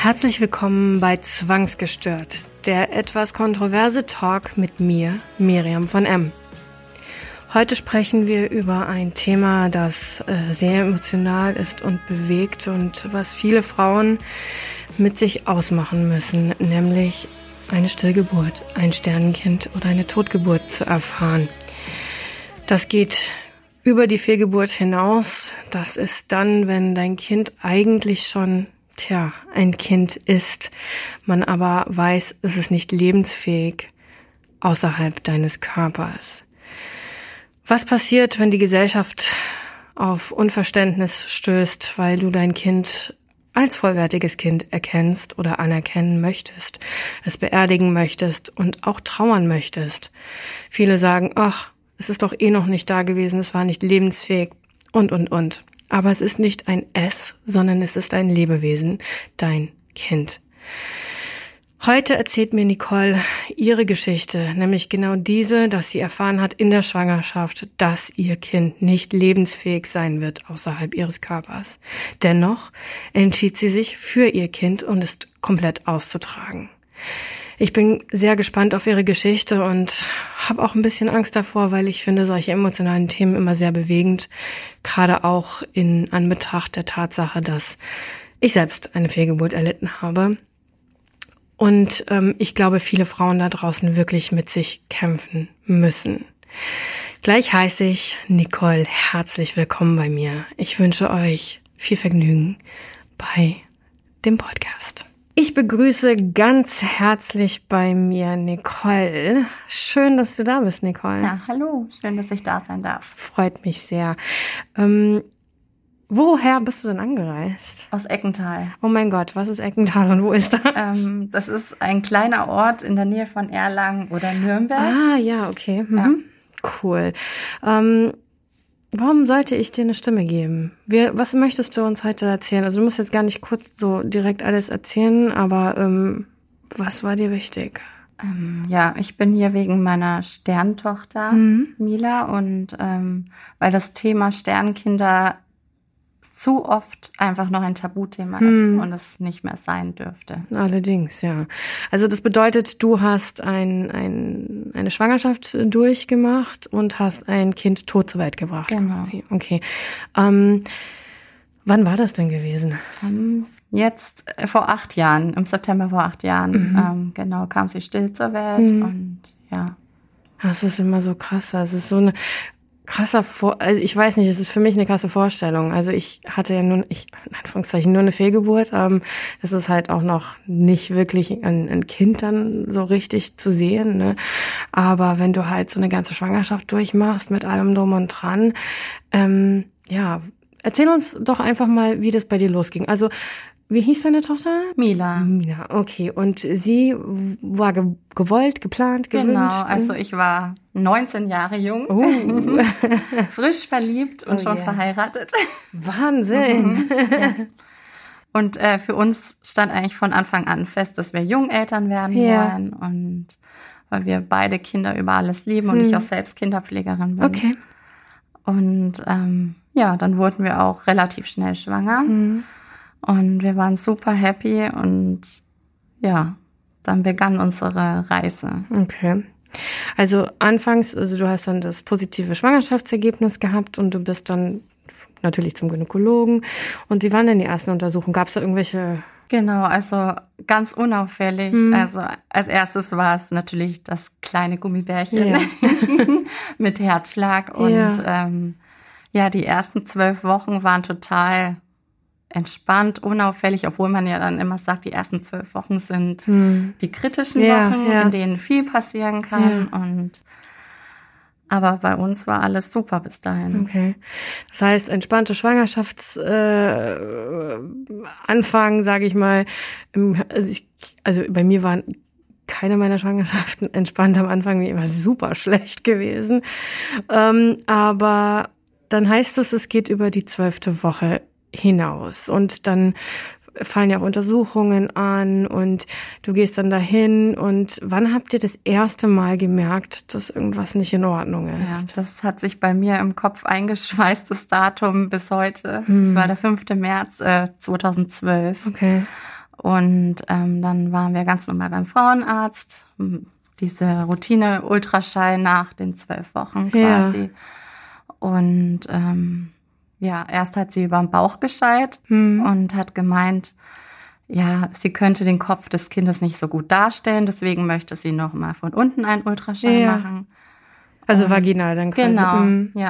Herzlich willkommen bei Zwangsgestört, der etwas kontroverse Talk mit mir, Miriam von M. Heute sprechen wir über ein Thema, das sehr emotional ist und bewegt und was viele Frauen mit sich ausmachen müssen, nämlich eine Stillgeburt, ein Sternenkind oder eine Totgeburt zu erfahren. Das geht über die Fehlgeburt hinaus. Das ist dann, wenn dein Kind eigentlich schon ein Kind ist, man aber weiß, es ist nicht lebensfähig außerhalb deines Körpers. Was passiert, wenn die Gesellschaft auf Unverständnis stößt, weil du dein Kind als vollwertiges Kind erkennst oder anerkennen möchtest, es beerdigen möchtest und auch trauern möchtest? Viele sagen, ach, es ist doch eh noch nicht da gewesen, es war nicht lebensfähig und. Aber es ist nicht ein Es, sondern es ist ein Lebewesen, dein Kind. Heute erzählt mir Nicole ihre Geschichte, nämlich genau diese, dass sie erfahren hat in der Schwangerschaft, dass ihr Kind nicht lebensfähig sein wird außerhalb ihres Körpers. Dennoch entschied sie sich für ihr Kind und es komplett auszutragen. Ich bin sehr gespannt auf ihre Geschichte und habe auch ein bisschen Angst davor, weil ich finde solche emotionalen Themen immer sehr bewegend, gerade auch in Anbetracht der Tatsache, dass ich selbst eine Fehlgeburt erlitten habe. Und ich glaube, viele Frauen da draußen wirklich mit sich kämpfen müssen. Gleich heiße ich Nicole herzlich willkommen bei mir. Ich wünsche euch viel Vergnügen bei dem Podcast. Ich begrüße ganz herzlich bei mir Nicole. Schön, dass du da bist, Nicole. Ja, hallo. Schön, dass ich da sein darf. Freut mich sehr. Woher bist du denn angereist? Aus Eckental. Oh mein Gott, was ist Eckental und wo ist das? Das ist ein kleiner Ort in der Nähe von Erlangen oder Nürnberg. Ah, ja, okay. Mhm. Ja. Cool. Warum sollte ich dir eine Stimme geben? Was möchtest du uns heute erzählen? Also du musst jetzt gar nicht kurz so direkt alles erzählen, aber was war dir wichtig? Ich bin hier wegen meiner Sterntochter Mila und weil das Thema Sternkinder zu oft einfach noch ein Tabuthema ist und es nicht mehr sein dürfte. Allerdings, ja. Also das bedeutet, du hast eine Schwangerschaft durchgemacht und hast ein Kind tot zur Welt gebracht. Genau. Quasi. Okay. Wann war das denn gewesen? Jetzt vor 8 Jahren, im September vor 8 Jahren, kam sie still zur Welt und ja. Das ist immer so krass. Es ist so eine also ich weiß nicht, es ist für mich eine krasse Vorstellung. Also ich hatte ja in Anführungszeichen nur eine Fehlgeburt. Das ist halt auch noch nicht wirklich ein Kind dann so richtig zu sehen, ne? Aber wenn du halt so eine ganze Schwangerschaft durchmachst mit allem drum und dran, erzähl uns doch einfach mal, wie das bei dir losging. Also wie hieß deine Tochter? Mila. Mila, okay. Und sie war gewollt, geplant, gewünscht? Genau, also ich war 19 Jahre jung, frisch verliebt und schon verheiratet. Wahnsinn! Ja. Und für uns stand eigentlich von Anfang an fest, dass wir Jungeltern werden wollen. Und weil wir beide Kinder über alles lieben und ich auch selbst Kinderpflegerin bin. Okay. Und dann wurden wir auch relativ schnell schwanger. Und wir waren super happy und dann begann unsere Reise. Okay. Also du hast dann das positive Schwangerschaftsergebnis gehabt und du bist dann natürlich zum Gynäkologen. Und wie waren denn die ersten Untersuchungen? Gab es da irgendwelche? Genau, also ganz unauffällig. Also als erstes war es natürlich das kleine Gummibärchen mit Herzschlag. Und die ersten 12 Wochen waren total entspannt, unauffällig, obwohl man ja dann immer sagt, die ersten 12 Wochen sind die kritischen Wochen, in denen viel passieren kann. Aber bei uns war alles super bis dahin. Okay. Das heißt, entspannte Schwangerschaftsanfang, sage ich mal. Also bei mir waren keine meiner Schwangerschaften entspannt am Anfang, wie immer super schlecht gewesen. Aber dann heißt es geht über die 12. Woche hinaus. Und dann fallen ja auch Untersuchungen an und du gehst dann dahin. Und wann habt ihr das erste Mal gemerkt, dass irgendwas nicht in Ordnung ist? Ja, das hat sich bei mir im Kopf eingeschweißt, das Datum bis heute. Das war der 5. März 2012. Okay. Und dann waren wir ganz normal beim Frauenarzt, diese Routine-Ultraschall nach den 12 Wochen quasi. Ja. Und erst hat sie über den Bauch geschallt und hat gemeint, ja, sie könnte den Kopf des Kindes nicht so gut darstellen, deswegen möchte sie noch mal von unten einen Ultraschall machen. Also vaginal dann quasi. Genau, ja.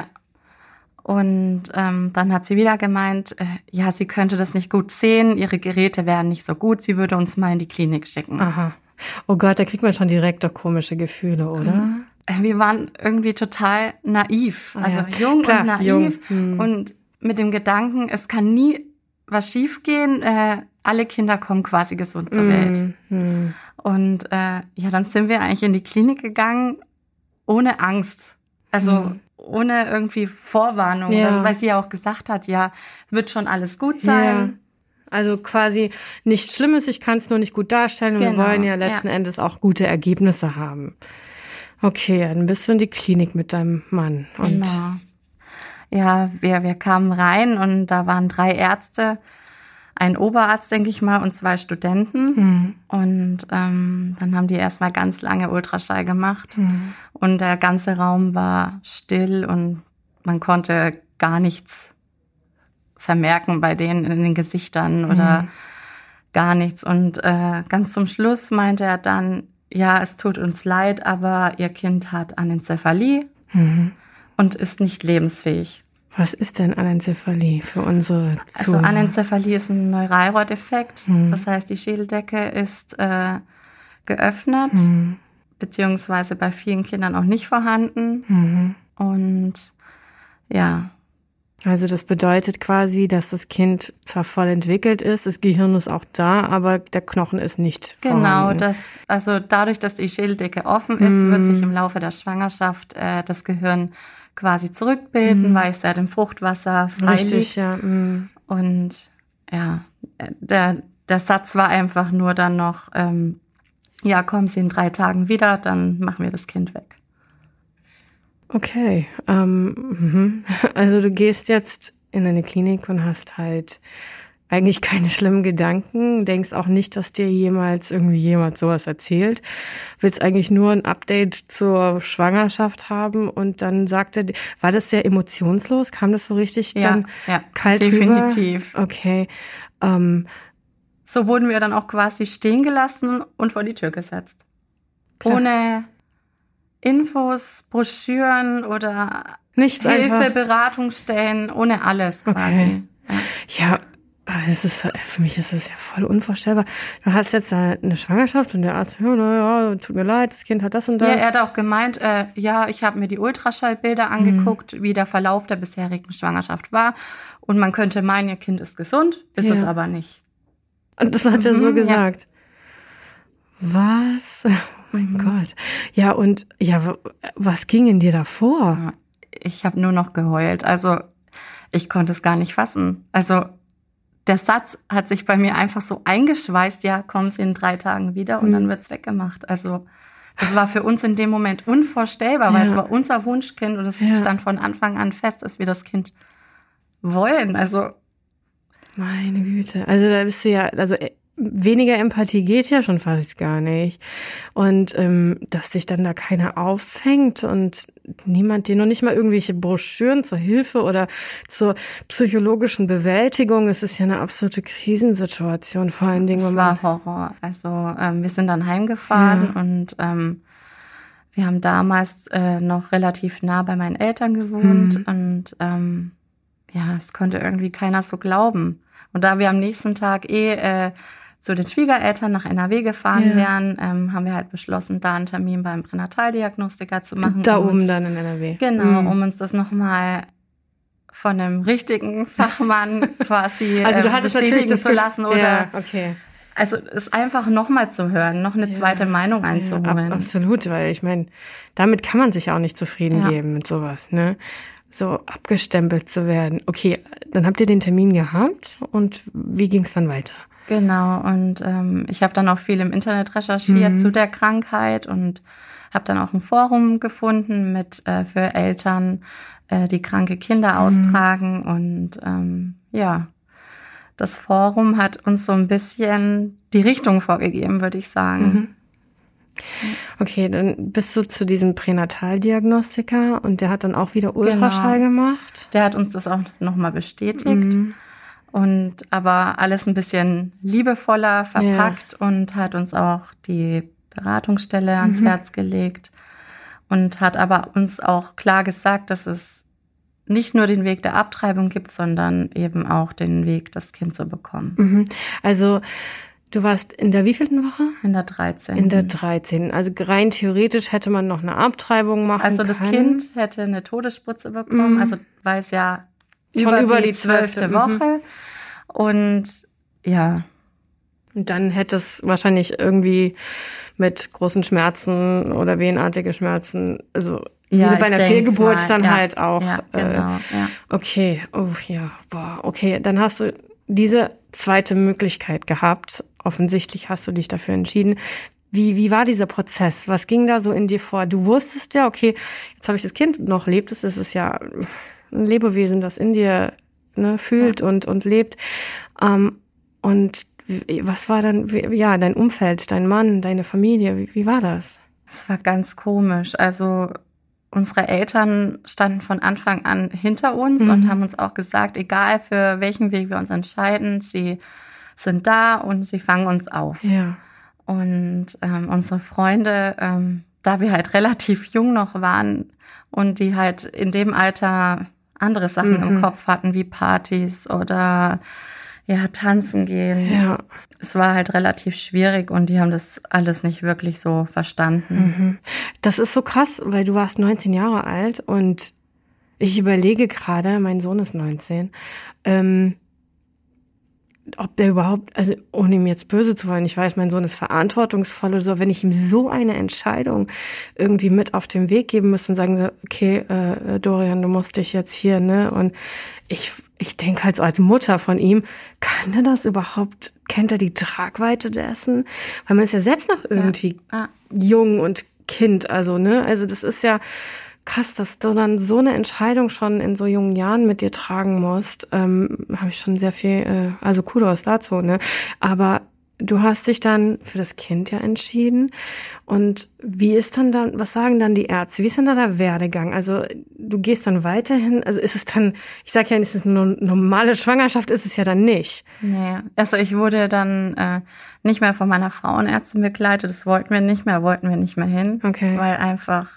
Und dann hat sie wieder gemeint, sie könnte das nicht gut sehen, ihre Geräte wären nicht so gut, sie würde uns mal in die Klinik schicken. Aha. Oh Gott, da kriegt man schon direkt doch komische Gefühle, oder? Wir waren irgendwie total naiv, also jung und naiv und mit dem Gedanken, es kann nie was schiefgehen, alle Kinder kommen quasi gesund zur Welt. Und dann sind wir eigentlich in die Klinik gegangen, ohne Angst. Also ohne irgendwie Vorwarnung, weil sie ja auch gesagt hat, ja, es wird schon alles gut sein. Ja. Also quasi nichts Schlimmes, ich kann es nur nicht gut darstellen und wir wollen ja letzten Endes auch gute Ergebnisse haben. Okay, dann bist du in die Klinik mit deinem Mann. Und genau. Ja, wir kamen rein und da waren 3 Ärzte, ein Oberarzt, denke ich mal, und 2 Studenten. Und dann haben die erstmal ganz lange Ultraschall gemacht. Und der ganze Raum war still und man konnte gar nichts vermerken bei denen in den Gesichtern oder gar nichts. Und ganz zum Schluss meinte er dann, ja, es tut uns leid, aber ihr Kind hat Anencephalie und ist nicht lebensfähig. Was ist denn Anencephalie für unsere Zuhörer? Also Anencephalie ist ein Neuralrohrdefekt. Das heißt, die Schädeldecke ist geöffnet, beziehungsweise bei vielen Kindern auch nicht vorhanden. Und ja. Also das bedeutet quasi, dass das Kind zwar voll entwickelt ist, das Gehirn ist auch da, aber der Knochen ist nicht vorhanden. Genau, also dadurch, dass die Schädeldecke offen ist, wird sich im Laufe der Schwangerschaft das Gehirn quasi zurückbilden, weil es ja dem Fruchtwasser frei liegt. Ja. Und ja, der Satz war einfach nur dann noch, kommen Sie in 3 Tagen wieder, dann machen wir das Kind weg. Okay, also du gehst jetzt in eine Klinik und hast halt eigentlich keine schlimmen Gedanken, denkst auch nicht, dass dir jemand sowas erzählt, willst eigentlich nur ein Update zur Schwangerschaft haben und dann sagt er, war das sehr emotionslos? Kam das so richtig dann kalt definitiv. Rüber? Okay. So wurden wir dann auch quasi stehen gelassen und vor die Tür gesetzt. Klar. Ohne Infos, Broschüren oder Hilfe, Beratungsstellen, ohne alles quasi. Okay. Ja, für mich ist es ja voll unvorstellbar. Du hast jetzt eine Schwangerschaft und der Arzt, tut mir leid, das Kind hat das und das. Ja, er hat auch gemeint, ich habe mir die Ultraschallbilder angeguckt, wie der Verlauf der bisherigen Schwangerschaft war. Und man könnte meinen, ihr Kind ist gesund, ist es aber nicht. Und das hat er so gesagt. Ja. Was? Oh mein Gott. Ja, und was ging in dir davor? Ich habe nur noch geheult. Also ich konnte es gar nicht fassen. Also der Satz hat sich bei mir einfach so eingeschweißt, ja, kommen Sie in 3 Tagen wieder und dann wird's weggemacht. Also das war für uns in dem Moment unvorstellbar, weil es war unser Wunschkind und es stand von Anfang an fest, dass wir das Kind wollen. Also meine Güte. Also da bist du ja, weniger Empathie geht ja schon fast gar nicht. Und dass dich dann da keiner auffängt und niemand dir noch nicht mal irgendwelche Broschüren zur Hilfe oder zur psychologischen Bewältigung. Es ist ja eine absolute Krisensituation, vor allen Dingen. Es war Horror. Also wir sind dann heimgefahren und wir haben damals noch relativ nah bei meinen Eltern gewohnt und es konnte irgendwie keiner so glauben. Und da wir am nächsten Tag zu den Schwiegereltern nach NRW gefahren wären, haben wir halt beschlossen, da einen Termin beim Pränataldiagnostiker zu machen. Da oben dann in NRW. Genau, um uns das nochmal von einem richtigen Fachmann quasi bestätigen zu lassen. Oder also es einfach nochmal zu hören, noch eine zweite Meinung einzuholen. Ja, absolut, weil ich meine, damit kann man sich auch nicht zufrieden geben mit sowas, ne? So abgestempelt zu werden. Okay, dann habt ihr den Termin gehabt und wie ging es dann weiter? Genau, und ich habe dann auch viel im Internet recherchiert zu der Krankheit und habe dann auch ein Forum gefunden mit für Eltern, die kranke Kinder austragen. Und das Forum hat uns so ein bisschen die Richtung vorgegeben, würde ich sagen. Okay, dann bist du zu diesem Pränataldiagnostiker und der hat dann auch wieder Ultraschall gemacht? Der hat uns das auch nochmal bestätigt und aber alles ein bisschen liebevoller verpackt und hat uns auch die Beratungsstelle ans Herz gelegt und hat aber uns auch klar gesagt, dass es nicht nur den Weg der Abtreibung gibt, sondern eben auch den Weg, das Kind zu bekommen. Also du warst in der wievielten Woche? In der 13. In der 13. Also rein theoretisch hätte man noch eine Abtreibung machen können. Also das Kind hätte eine Todesspritze bekommen, also war es ja schon über die 12. Woche. Und ja. Und dann hätte es wahrscheinlich irgendwie mit großen Schmerzen oder wehenartige Schmerzen, also wie bei einer Fehlgeburt dann halt auch. Ja, genau, Okay, oh ja, boah, okay. Dann hast du diese zweite Möglichkeit gehabt. Offensichtlich hast du dich dafür entschieden. Wie war dieser Prozess? Was ging da so in dir vor? Du wusstest ja, okay, jetzt habe ich das Kind, noch lebt es. Es ist ja ein Lebewesen, das in dir fühlt und lebt. Und was war dann, dein Umfeld, dein Mann, deine Familie? Wie war das? Es war ganz komisch. Also unsere Eltern standen von Anfang an hinter uns und haben uns auch gesagt, egal für welchen Weg wir uns entscheiden, sie sind da und sie fangen uns auf. Ja. Und unsere Freunde, da wir halt relativ jung noch waren und die halt in dem Alter andere Sachen im Kopf hatten, wie Partys oder tanzen gehen. Ja. Es war halt relativ schwierig und die haben das alles nicht wirklich so verstanden. Das ist so krass, weil du warst 19 Jahre alt und ich überlege gerade, mein Sohn ist 19, ob der überhaupt, also ohne ihm jetzt böse zu wollen, ich weiß, mein Sohn ist verantwortungsvoll oder so, wenn ich ihm so eine Entscheidung irgendwie mit auf den Weg geben müsste und sagen so, okay, Dorian, du musst dich jetzt hier, und ich denke halt so als Mutter von ihm, kann er das überhaupt, kennt er die Tragweite dessen? Weil man ist ja selbst noch irgendwie jung und Kind, also, also das ist ja krass, dass du dann so eine Entscheidung schon in so jungen Jahren mit dir tragen musst, habe ich schon sehr viel, also Kudos dazu, aber du hast dich dann für das Kind ja entschieden und wie ist dann, was sagen dann die Ärzte, wie ist dann da der Werdegang? Also du gehst dann weiterhin, also ist es dann, ich sag ja, ist es eine normale Schwangerschaft, ist es ja dann nicht. Nee, also ich wurde dann nicht mehr von meiner Frauenärztin begleitet, das wollten wir nicht mehr hin, weil einfach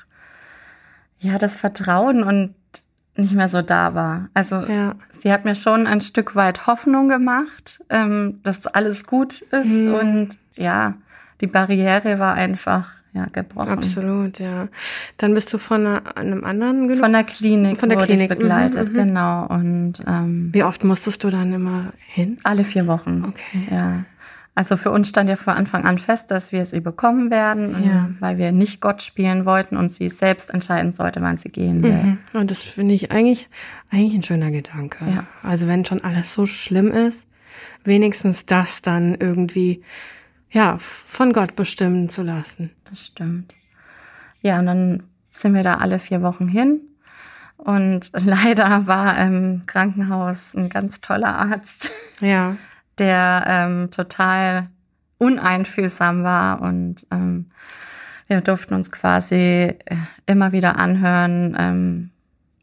das Vertrauen und nicht mehr so da war. Also sie hat mir schon ein Stück weit Hoffnung gemacht, dass alles gut ist und die Barriere war einfach gebrochen. Absolut, ja. Dann bist du von einem anderen Von der Klinik wurde ich begleitet, genau. Und wie oft musstest du dann immer hin? Alle 4 Wochen. Okay. Ja. Also für uns stand ja von Anfang an fest, dass wir sie bekommen werden, weil wir nicht Gott spielen wollten und sie selbst entscheiden sollte, wann sie gehen will. Und das finde ich eigentlich ein schöner Gedanke. Ja. Also wenn schon alles so schlimm ist, wenigstens das dann irgendwie von Gott bestimmen zu lassen. Das stimmt. Ja, und dann sind wir da alle 4 Wochen hin. Und leider war im Krankenhaus ein ganz toller Arzt. Ja. Der total uneinfühlsam war und wir durften uns quasi immer wieder anhören,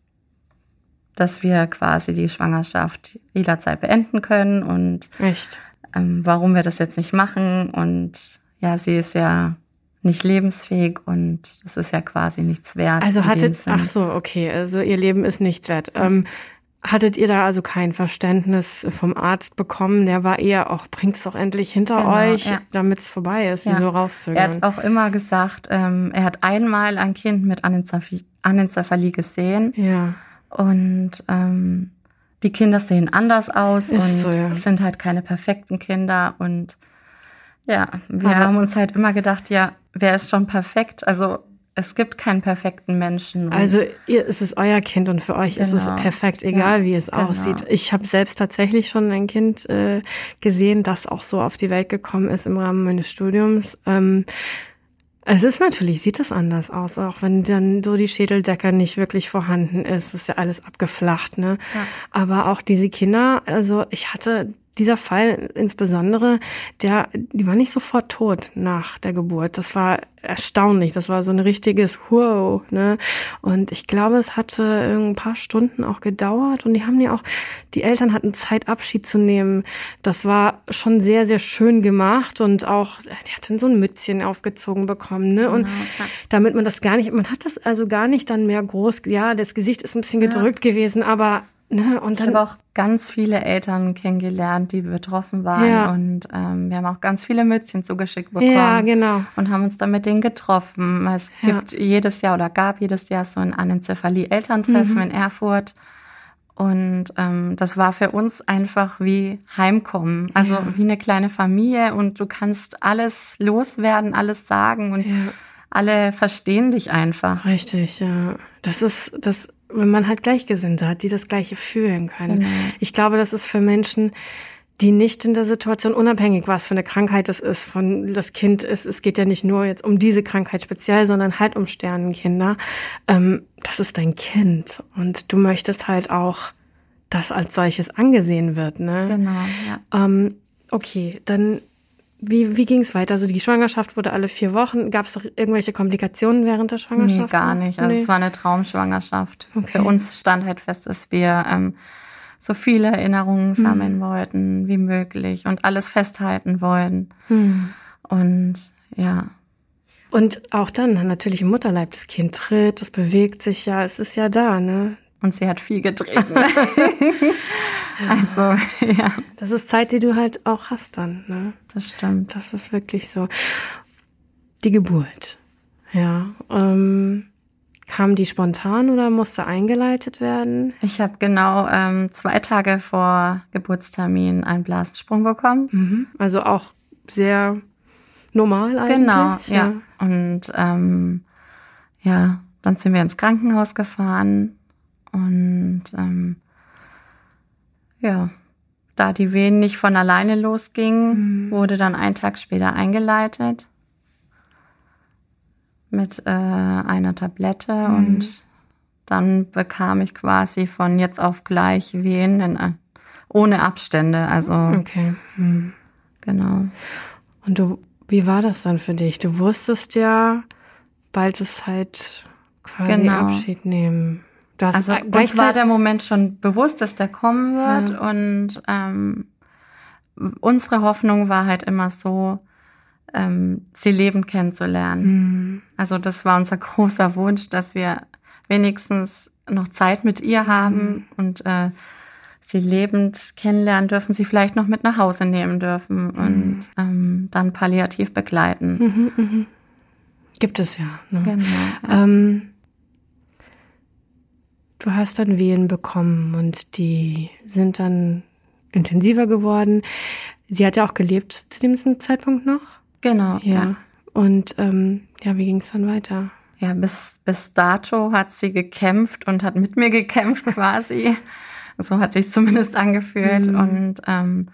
dass wir quasi die Schwangerschaft jederzeit beenden können und echt? Warum wir das jetzt nicht machen und sie ist ja nicht lebensfähig und es ist ja quasi nichts wert. Also also ihr Leben ist nichts wert. Hattet ihr da also kein Verständnis vom Arzt bekommen? Der war eher auch, bringt's doch endlich hinter euch, damit es vorbei ist, wieso rauszögern? Er hat auch immer gesagt, er hat einmal ein Kind mit Anencephalie gesehen. Ja. Und die Kinder sehen anders aus sind halt keine perfekten Kinder. Und wir haben uns halt immer gedacht, wer ist schon perfekt? Also es gibt keinen perfekten Menschen. Also es ist euer Kind und für euch ist es perfekt, egal wie es aussieht. Ich habe selbst tatsächlich schon ein Kind gesehen, das auch so auf die Welt gekommen ist im Rahmen meines Studiums. Es ist natürlich, sieht es anders aus, auch wenn dann so die Schädeldecke nicht wirklich vorhanden ist. Das ist ja alles abgeflacht, Ja. Aber auch diese Kinder, also ich hatte dieser Fall insbesondere, die war nicht sofort tot nach der Geburt. Das war erstaunlich. Das war so ein richtiges Wow, ne? Und ich glaube, es hatte ein paar Stunden auch gedauert und die Eltern hatten Zeit, Abschied zu nehmen. Das war schon sehr, sehr schön gemacht und auch, die hat dann so ein Mützchen aufgezogen bekommen, ne? Und damit man hat das also gar nicht dann mehr groß, ja, das Gesicht ist ein bisschen gedrückt gewesen, aber ne, und dann, ich habe auch ganz viele Eltern kennengelernt, die betroffen waren und wir haben auch ganz viele Mützchen zugeschickt bekommen. Ja, genau. Und haben uns dann mit denen getroffen. Es gab jedes Jahr so ein Anencephalie-Elterntreffen in Erfurt. Und das war für uns einfach wie Heimkommen, also wie eine kleine Familie und du kannst alles loswerden, alles sagen und alle verstehen dich einfach. Richtig, ja. Das ist das, wenn man halt Gleichgesinnte hat, die das Gleiche fühlen können. Genau. Ich glaube, das ist für Menschen, die nicht in der Situation, unabhängig was für eine Krankheit es ist, von das Kind ist, es geht ja nicht nur jetzt um diese Krankheit speziell, sondern halt um Sternenkinder. Das ist dein Kind und du möchtest halt auch, dass als solches angesehen wird, ne? Genau, ja. Okay, dann wie ging es weiter? Also die Schwangerschaft wurde alle 4 Wochen. Gab es doch irgendwelche Komplikationen während der Schwangerschaft? Nee, gar nicht. Also es war eine Traumschwangerschaft. Okay. Für uns stand halt fest, dass wir so viele Erinnerungen sammeln wollten wie möglich und alles festhalten wollen. Und ja. Und auch dann natürlich im Mutterleib, das Kind tritt, das bewegt sich ja, es ist ja da, ne? Und sie hat viel getreten. Also, ja. Das ist Zeit, die du halt auch hast dann, ne? Das stimmt. Das ist wirklich so. Die Geburt, ja. Kam die spontan oder musste eingeleitet werden? Ich habe genau 2 Tage vor Geburtstermin einen Blasensprung bekommen. Also auch sehr normal eigentlich. Genau, ja. Und dann sind wir ins Krankenhaus gefahren. Und da die Wehen nicht von alleine losgingen, wurde dann 1 Tag später eingeleitet mit einer Tablette und dann bekam ich quasi von jetzt auf gleich Wehen ohne Abstände. Also okay. Genau. Und wie war das dann für dich? Du wusstest ja, bald ist halt quasi Abschied nehmen. Also uns war der Moment schon bewusst, dass der kommen wird und unsere Hoffnung war halt immer so, sie lebend kennenzulernen. Also das war unser großer Wunsch, dass wir wenigstens noch Zeit mit ihr haben und sie lebend kennenlernen dürfen, sie vielleicht noch mit nach Hause nehmen dürfen und dann palliativ begleiten. Gibt es ja. Ne? Genau. Ja. Du hast dann Wehen bekommen und die sind dann intensiver geworden. Sie hat ja auch gelebt zu diesem Zeitpunkt noch. Genau. Ja. Und wie ging es dann weiter? Ja, bis dato hat sie gekämpft und hat mit mir gekämpft quasi. So hat sich zumindest angefühlt. Und dann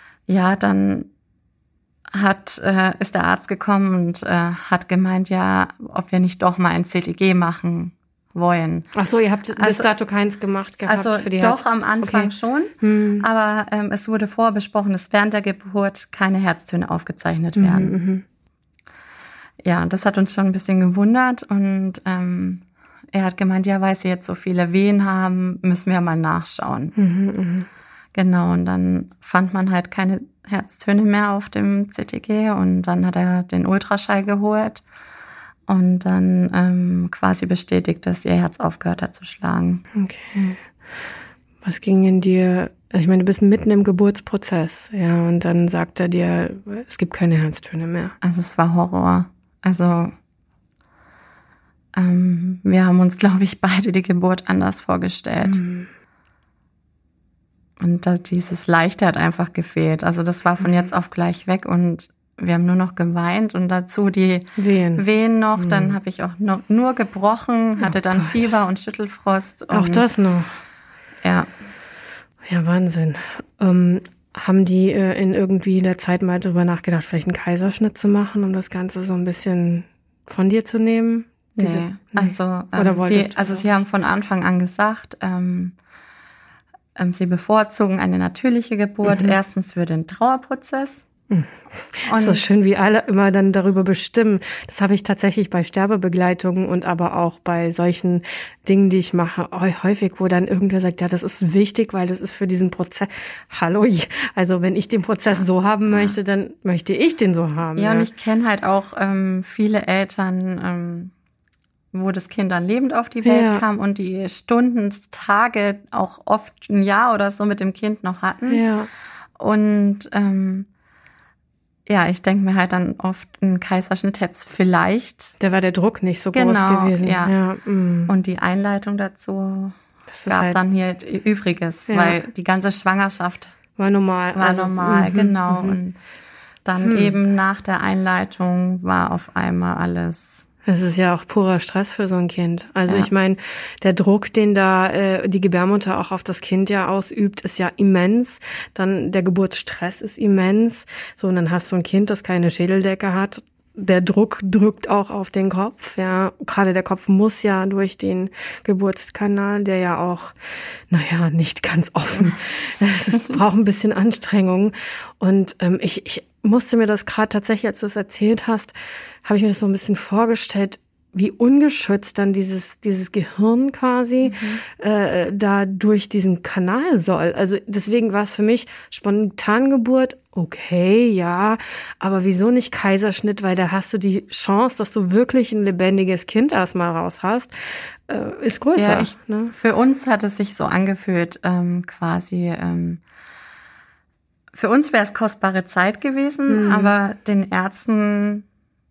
ist der Arzt gekommen und hat gemeint, ja, ob wir nicht doch mal ein CTG machen wollen. Ach so, ihr habt bis dato keins gemacht gehabt für die doch am Anfang schon, aber es wurde vorher besprochen, dass während der Geburt keine Herztöne aufgezeichnet werden. Ja, das hat uns schon ein bisschen gewundert und er hat gemeint, ja, weil sie jetzt so viele Wehen haben, müssen wir mal nachschauen. Genau, und dann fand man halt keine Herztöne mehr auf dem CTG und dann hat er den Ultraschall geholt. Und dann quasi bestätigt, dass ihr Herz aufgehört hat zu schlagen. Okay. Was ging in dir? Ich meine, du bist mitten im Geburtsprozess, ja, und dann sagt er dir, es gibt keine Herztöne mehr. Also es war Horror. Also wir haben uns, glaube ich, beide die Geburt anders vorgestellt. Und dieses Leichte hat einfach gefehlt. Also das war von jetzt auf gleich weg und wir haben nur noch geweint und dazu die Wehen noch. Dann habe ich auch nur gebrochen, hatte dann Fieber und Schüttelfrost. Auch das noch? Ja. Ja, Wahnsinn. Haben die in irgendwie der Zeit mal drüber nachgedacht, vielleicht einen Kaiserschnitt zu machen, um das Ganze so ein bisschen von dir zu nehmen? Nee. Also, sie haben von Anfang an gesagt, sie bevorzugen eine natürliche Geburt. Erstens für den Trauerprozess. Und so schön, wie alle immer dann darüber bestimmen. Das habe ich tatsächlich bei Sterbebegleitungen und aber auch bei solchen Dingen, die ich mache, häufig, wo dann irgendwer sagt, ja, das ist wichtig, weil das ist für diesen Prozess. Hallo, also wenn ich den Prozess so haben möchte, dann möchte ich den so haben. Ja, und ich kenne halt auch viele Eltern, wo das Kind dann lebend auf die Welt kam und die Stunden, Tage auch oft ein Jahr oder so mit dem Kind noch hatten. Ja. Und ich denke mir halt dann oft, ein Kaiserschnitt hätte es vielleicht. Da war der Druck nicht so groß gewesen. Ja. Und die Einleitung dazu gab halt dann hier Übriges, weil die ganze Schwangerschaft war normal. Genau. Und dann eben nach der Einleitung war auf einmal alles. Das ist ja auch purer Stress für so ein Kind. Also ich meine, der Druck, den da die Gebärmutter auch auf das Kind ja ausübt, ist ja immens. Dann der Geburtsstress ist immens. So, und dann hast du ein Kind, das keine Schädeldecke hat. Der Druck drückt auch auf den Kopf. Ja, gerade der Kopf muss ja durch den Geburtskanal, der ja auch, nicht ganz offen. Es braucht ein bisschen Anstrengung. Und ich musste mir das gerade tatsächlich, als du es erzählt hast, habe ich mir das so ein bisschen vorgestellt, wie ungeschützt dann dieses Gehirn quasi da durch diesen Kanal soll. Also deswegen war es für mich Spontangeburt, okay, ja, aber wieso nicht Kaiserschnitt? Weil da hast du die Chance, dass du wirklich ein lebendiges Kind erstmal raus hast, ist größer. Ja, für uns hat es sich so angefühlt, quasi. Für uns wäre es kostbare Zeit gewesen, aber den Ärzten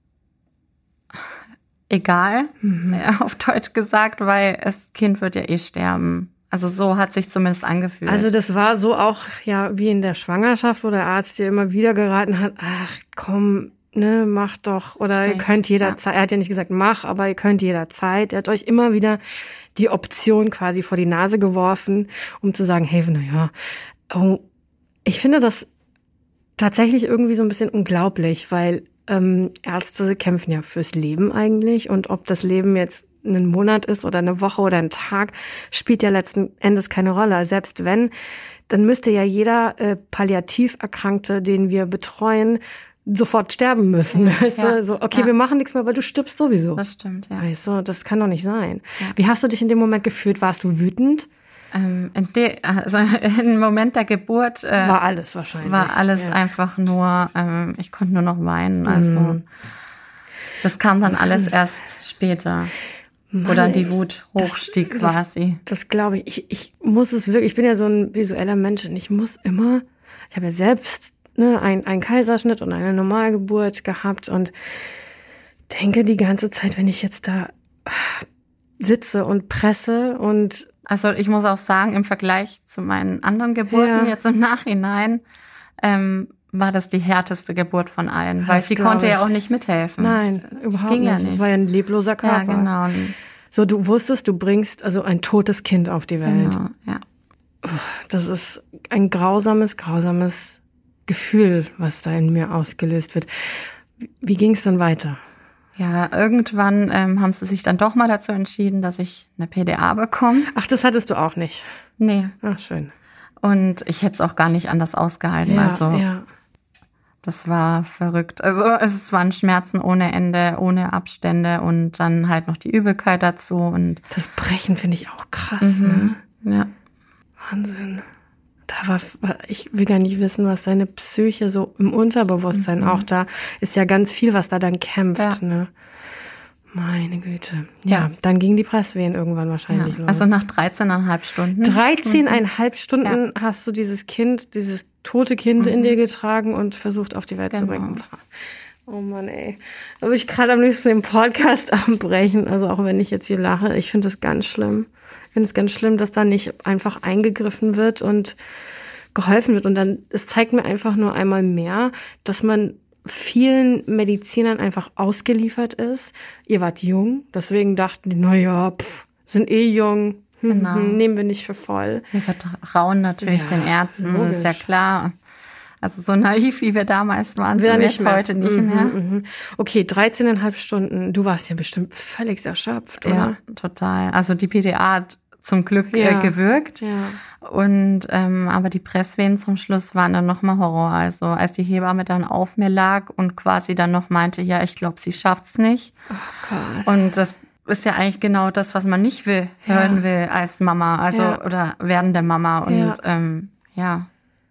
egal, auf Deutsch gesagt, weil das Kind wird ja sterben. Also so hat sich zumindest angefühlt. Also das war so auch wie in der Schwangerschaft, wo der Arzt dir immer wieder geraten hat, ach komm, mach doch, oder ihr könnt jederzeit, er hat ja nicht gesagt mach, aber ihr könnt jederzeit. Er hat euch immer wieder die Option quasi vor die Nase geworfen, um zu sagen, hey, ich finde das tatsächlich irgendwie so ein bisschen unglaublich, weil Ärzte kämpfen ja fürs Leben eigentlich, und ob das Leben jetzt einen Monat ist oder eine Woche oder ein Tag, spielt ja letzten Endes keine Rolle. Selbst wenn, dann müsste ja jeder Palliativerkrankte, den wir betreuen, sofort sterben müssen. Weißt du? So, okay, wir machen nichts mehr, weil du stirbst sowieso. Das stimmt, ja. Weißt du, das kann doch nicht sein. Ja. Wie hast du dich in dem Moment gefühlt? Warst du wütend? Im Moment der Geburt war alles wahrscheinlich. War alles einfach nur, ich konnte nur noch weinen. Also das kam dann alles erst später, wo dann die Wut hochstieg quasi. Das glaube ich. Ich muss es wirklich, ich bin ja so ein visueller Mensch und ich habe ja selbst einen Kaiserschnitt und eine Normalgeburt gehabt und denke die ganze Zeit, wenn ich jetzt da sitze und presse und also ich muss auch sagen, im Vergleich zu meinen anderen Geburten jetzt im Nachhinein war das die härteste Geburt von allen, weil sie konnte ja auch nicht mithelfen. Nein, überhaupt nicht. Ja nicht. Es war ja ein lebloser Körper. Ja, genau. So, du wusstest, du bringst also ein totes Kind auf die Welt. Genau, ja. Das ist ein grausames Gefühl, was da in mir ausgelöst wird. Wie ging es dann weiter? Ja, irgendwann haben sie sich dann doch mal dazu entschieden, dass ich eine PDA bekomme. Ach, das hattest du auch nicht? Nee. Ach, schön. Und ich hätte es auch gar nicht anders ausgehalten. Ja, das war verrückt. Also es waren Schmerzen ohne Ende, ohne Abstände und dann halt noch die Übelkeit dazu. Und das Brechen finde ich auch krass, ne? Ja. Wahnsinn. Ich will gar nicht wissen, was deine Psyche so im Unterbewusstsein auch da ist ja ganz viel, was da dann kämpft, ne? Meine Güte. Ja, dann gingen die Presswehen irgendwann wahrscheinlich los. Also nach 13,5 Stunden. 13,5 Stunden hast du dieses tote Kind in dir getragen und versucht auf die Welt zu bringen. Oh Mann, ey. Da bin ich gerade am liebsten im Podcast abbrechen. Also auch wenn ich jetzt hier lache, ich finde das ganz schlimm. Ich finde es ganz schlimm, dass da nicht einfach eingegriffen wird und geholfen wird. Und dann, es zeigt mir einfach nur einmal mehr, dass man vielen Medizinern einfach ausgeliefert ist. Ihr wart jung, deswegen dachten die, sind jung, nehmen wir nicht für voll. Wir vertrauen natürlich den Ärzten, logisch. Das ist ja klar. Also so naiv, wie wir damals waren, sind wir jetzt heute nicht mehr. Okay, 13,5 Stunden. Du warst ja bestimmt völlig erschöpft, oder? Ja, total. Also die PDA hat zum Glück gewirkt. Ja. Und aber die Presswehen zum Schluss waren dann nochmal Horror. Also als die Hebamme dann auf mir lag und quasi dann noch meinte, ja, ich glaube, sie schafft's nicht. Oh Gott. Und das ist ja eigentlich genau das, was man nicht hören will als Mama, also oder werdende Mama. Und Mann.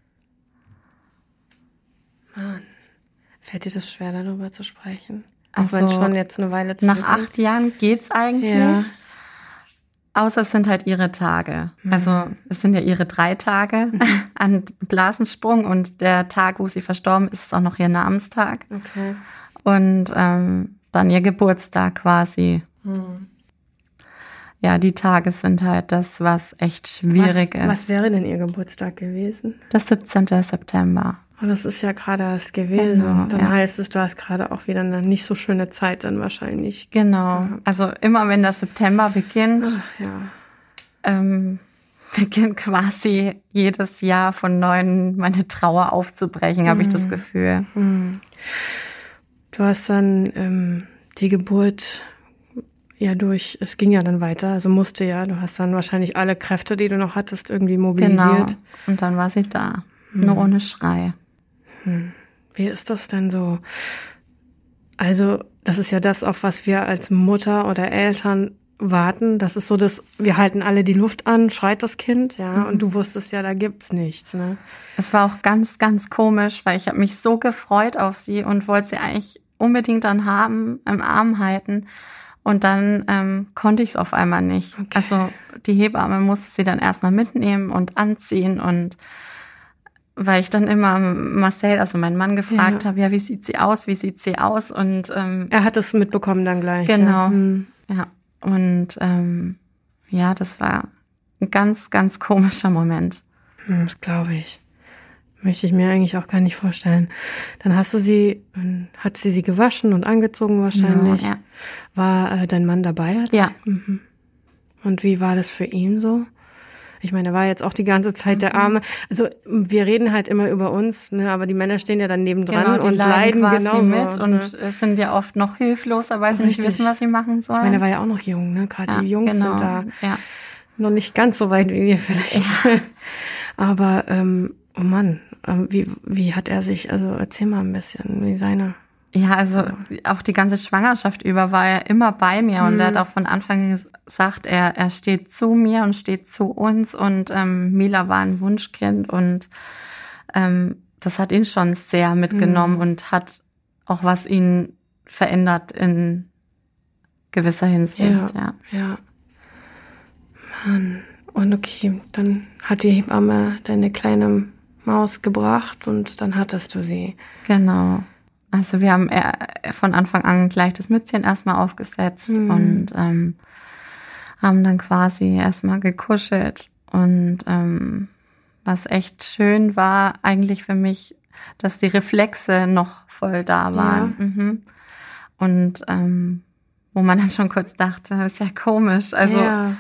Fällt dir das schwer, darüber zu sprechen? Auch wenn schon jetzt eine Weile zurück nach 8 Jahren geht's eigentlich. Ja. Außer es sind halt ihre Tage. Also es sind ja ihre 3 Tage an Blasensprung und der Tag, wo sie verstorben ist, ist auch noch ihr Namenstag. Okay. Und dann ihr Geburtstag quasi. Ja, die Tage sind halt das, was echt schwierig ist. Was wäre denn ihr Geburtstag gewesen? Der 17. September. Oh, das ist ja gerade erst gewesen. Genau, dann heißt es, du hast gerade auch wieder eine nicht so schöne Zeit dann wahrscheinlich. Genau. Gehabt. Also immer wenn der September beginnt, beginnt quasi jedes Jahr von Neuem meine Trauer aufzubrechen, habe ich das Gefühl. Du hast dann die Geburt es ging ja dann weiter, also du hast dann wahrscheinlich alle Kräfte, die du noch hattest, irgendwie mobilisiert. Genau. Und dann war sie da, nur ohne Schrei. Wie ist das denn so? Also, das ist ja das, auf was wir als Mutter oder Eltern warten. Das ist so, wir halten alle die Luft an, schreit das Kind, und du wusstest ja, da gibt's nichts, ne? Es war auch ganz, ganz komisch, weil ich habe mich so gefreut auf sie und wollte sie eigentlich unbedingt dann haben, im Arm halten. Und dann konnte ich es auf einmal nicht. Okay. Also die Hebamme musste sie dann erstmal mitnehmen und anziehen. Und weil ich dann immer Marcel, also meinen Mann, gefragt habe, wie sieht sie aus, Und er hat es mitbekommen dann gleich. Genau, ja. Und das war ein ganz, ganz komischer Moment. Das glaube ich. Möchte ich mir eigentlich auch gar nicht vorstellen. Dann hat sie gewaschen und angezogen wahrscheinlich. Ja. War dein Mann dabei? Ja. Und wie war das für ihn so? Ich meine, er war jetzt auch die ganze Zeit der Arme. Also wir reden halt immer über uns, ne? Aber die Männer stehen ja dann nebendran und leiden genauso mit und sind ja oft noch hilfloser, weil sie nicht wissen, was sie machen sollen. Ich meine, er war ja auch noch jung, ne? Gerade die Jungs sind da noch nicht ganz so weit wie wir vielleicht. Ja. Aber oh Mann, wie hat er sich, also erzähl mal ein bisschen, wie seine... Ja, also auch die ganze Schwangerschaft über war er immer bei mir und er hat auch von Anfang an gesagt, er steht zu mir und steht zu uns und Mila war ein Wunschkind und das hat ihn schon sehr mitgenommen und hat auch was ihn verändert in gewisser Hinsicht, Ja. Mann. Und okay, dann hat die Hebamme deine kleine Maus gebracht und dann hattest du sie. Genau. Also wir haben von Anfang an gleich das Mützchen erstmal aufgesetzt und haben dann quasi erstmal gekuschelt. Und was echt schön war eigentlich für mich, dass die Reflexe noch voll da waren. Ja. Und wo man dann schon kurz dachte, das ist ja komisch. Also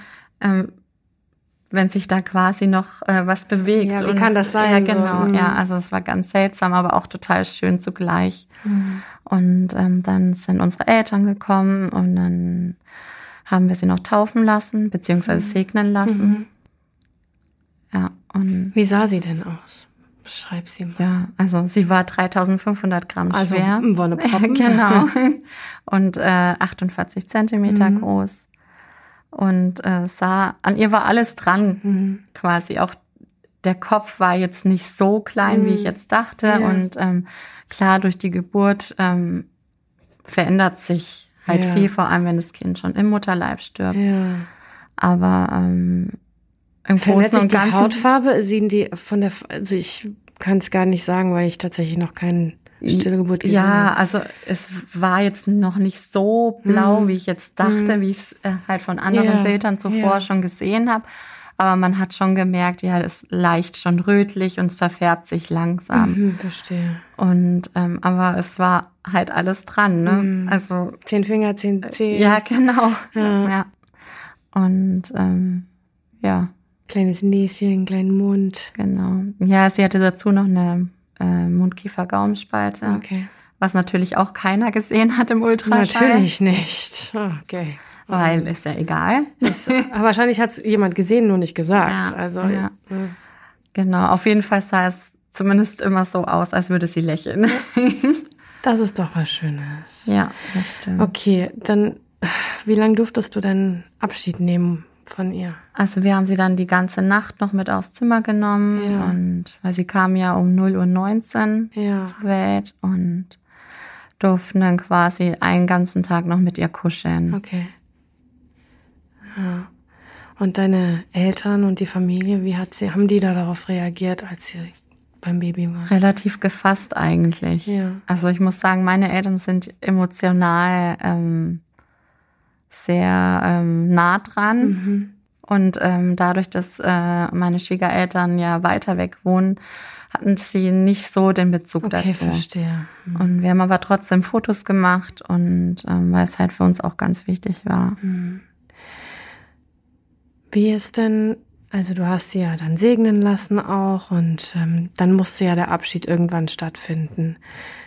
wenn sich da quasi noch was bewegt. Ja, wie kann das sein? Ja, genau. So. Ja, also es war ganz seltsam, aber auch total schön zugleich. Und dann sind unsere Eltern gekommen und dann haben wir sie noch taufen lassen, beziehungsweise segnen lassen. Ja, und wie sah sie denn aus? Beschreib sie mal. Ja, also sie war 3.500 Gramm schwer. Also Wonneproppen. Genau. Und 48 Zentimeter groß. Und an ihr war alles dran, quasi. Auch der Kopf war jetzt nicht so klein, wie ich jetzt dachte. Ja. Und klar, durch die Geburt verändert sich halt viel, vor allem wenn das Kind schon im Mutterleib stirbt. Ja. Aber im Großen und Ganzen. Die Hautfarbe, sehen die also ich kann es gar nicht sagen, weil ich tatsächlich noch keine Stillgeburt gesehen habe. Ja, also es war jetzt noch nicht so blau, wie ich jetzt dachte, wie ich es halt von anderen Bildern zuvor schon gesehen habe. Aber man hat schon gemerkt, es leicht schon rötlich und es verfärbt sich langsam. Verstehe. Und aber es war halt alles dran, ne? Also 10 Finger, 10 Zehen. Ja, genau. Ja. Und kleines Näschen, kleinen Mund. Genau. Ja, sie hatte dazu noch eine Mundkiefer-Gaumenspalte. Okay. Was natürlich auch keiner gesehen hat im Ultraschall. Natürlich nicht. Okay. weil ist ja egal. Aber wahrscheinlich hat es jemand gesehen, nur nicht gesagt. Ja, also ja. Genau, auf jeden Fall sah es zumindest immer so aus, als würde sie lächeln. Das ist doch was Schönes. Ja, das stimmt. Okay, dann wie lange durftest du denn Abschied nehmen von ihr? Also wir haben sie dann die ganze Nacht noch mit aufs Zimmer genommen. Ja. Und weil sie kam ja um 0:19 Uhr zur Welt und durften dann quasi einen ganzen Tag noch mit ihr kuscheln. Okay. Ja. Und deine Eltern und die Familie, haben die da darauf reagiert, als sie beim Baby war? Relativ gefasst eigentlich. Ja. Also ich muss sagen, meine Eltern sind emotional sehr nah dran. Mhm. Und dadurch, dass meine Schwiegereltern ja weiter weg wohnen, hatten sie nicht so den Bezug dazu. Okay, verstehe. Mhm. Und wir haben aber trotzdem Fotos gemacht und weil es halt für uns auch ganz wichtig war. Mhm. Wie ist denn, also du hast sie ja dann segnen lassen auch und dann musste ja der Abschied irgendwann stattfinden.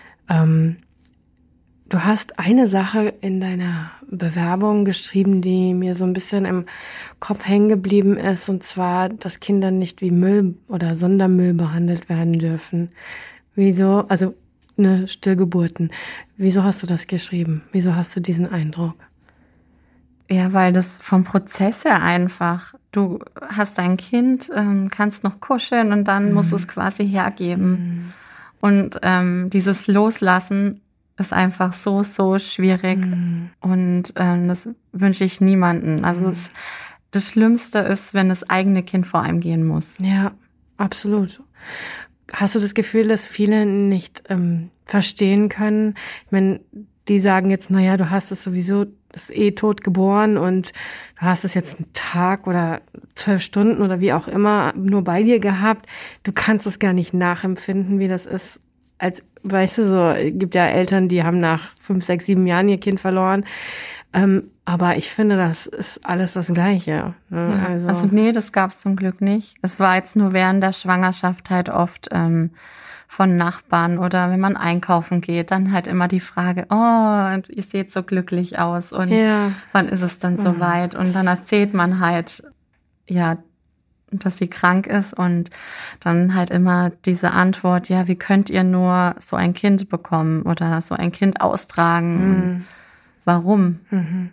Du hast eine Sache in deiner Bewerbung geschrieben, die mir so ein bisschen im Kopf hängen geblieben ist, und zwar, dass Kinder nicht wie Müll oder Sondermüll behandelt werden dürfen. Wieso, also Stillgeburten. Wieso hast du das geschrieben? Wieso hast du diesen Eindruck? Ja, weil das vom Prozess her einfach, du hast ein Kind, kannst noch kuscheln und dann musst du es quasi hergeben. Und dieses Loslassen ist einfach so, so schwierig. Und das wünsche ich niemanden. Also das Schlimmste ist, wenn das eigene Kind vor einem gehen muss. Ja, absolut. Hast du das Gefühl, dass viele nicht verstehen können? Ich meine, die sagen jetzt, naja, du hast es sowieso, das ist tot geboren und du hast es jetzt einen Tag oder 12 Stunden oder wie auch immer nur bei dir gehabt. Du kannst es gar nicht nachempfinden, wie das ist. Weißt du, so, gibt ja Eltern, die haben nach 5, 6, 7 Jahren ihr Kind verloren. Aber ich finde, das ist alles das Gleiche. Ne? Ja, also nee, das gab's zum Glück nicht. Es war jetzt nur während der Schwangerschaft halt oft von Nachbarn oder wenn man einkaufen geht, dann halt immer die Frage, oh, ihr seht so glücklich aus und wann ist es dann soweit? Und dann erzählt man halt, ja, dass sie krank ist und dann halt immer diese Antwort, ja, wie könnt ihr nur so ein Kind bekommen oder so ein Kind austragen? Warum?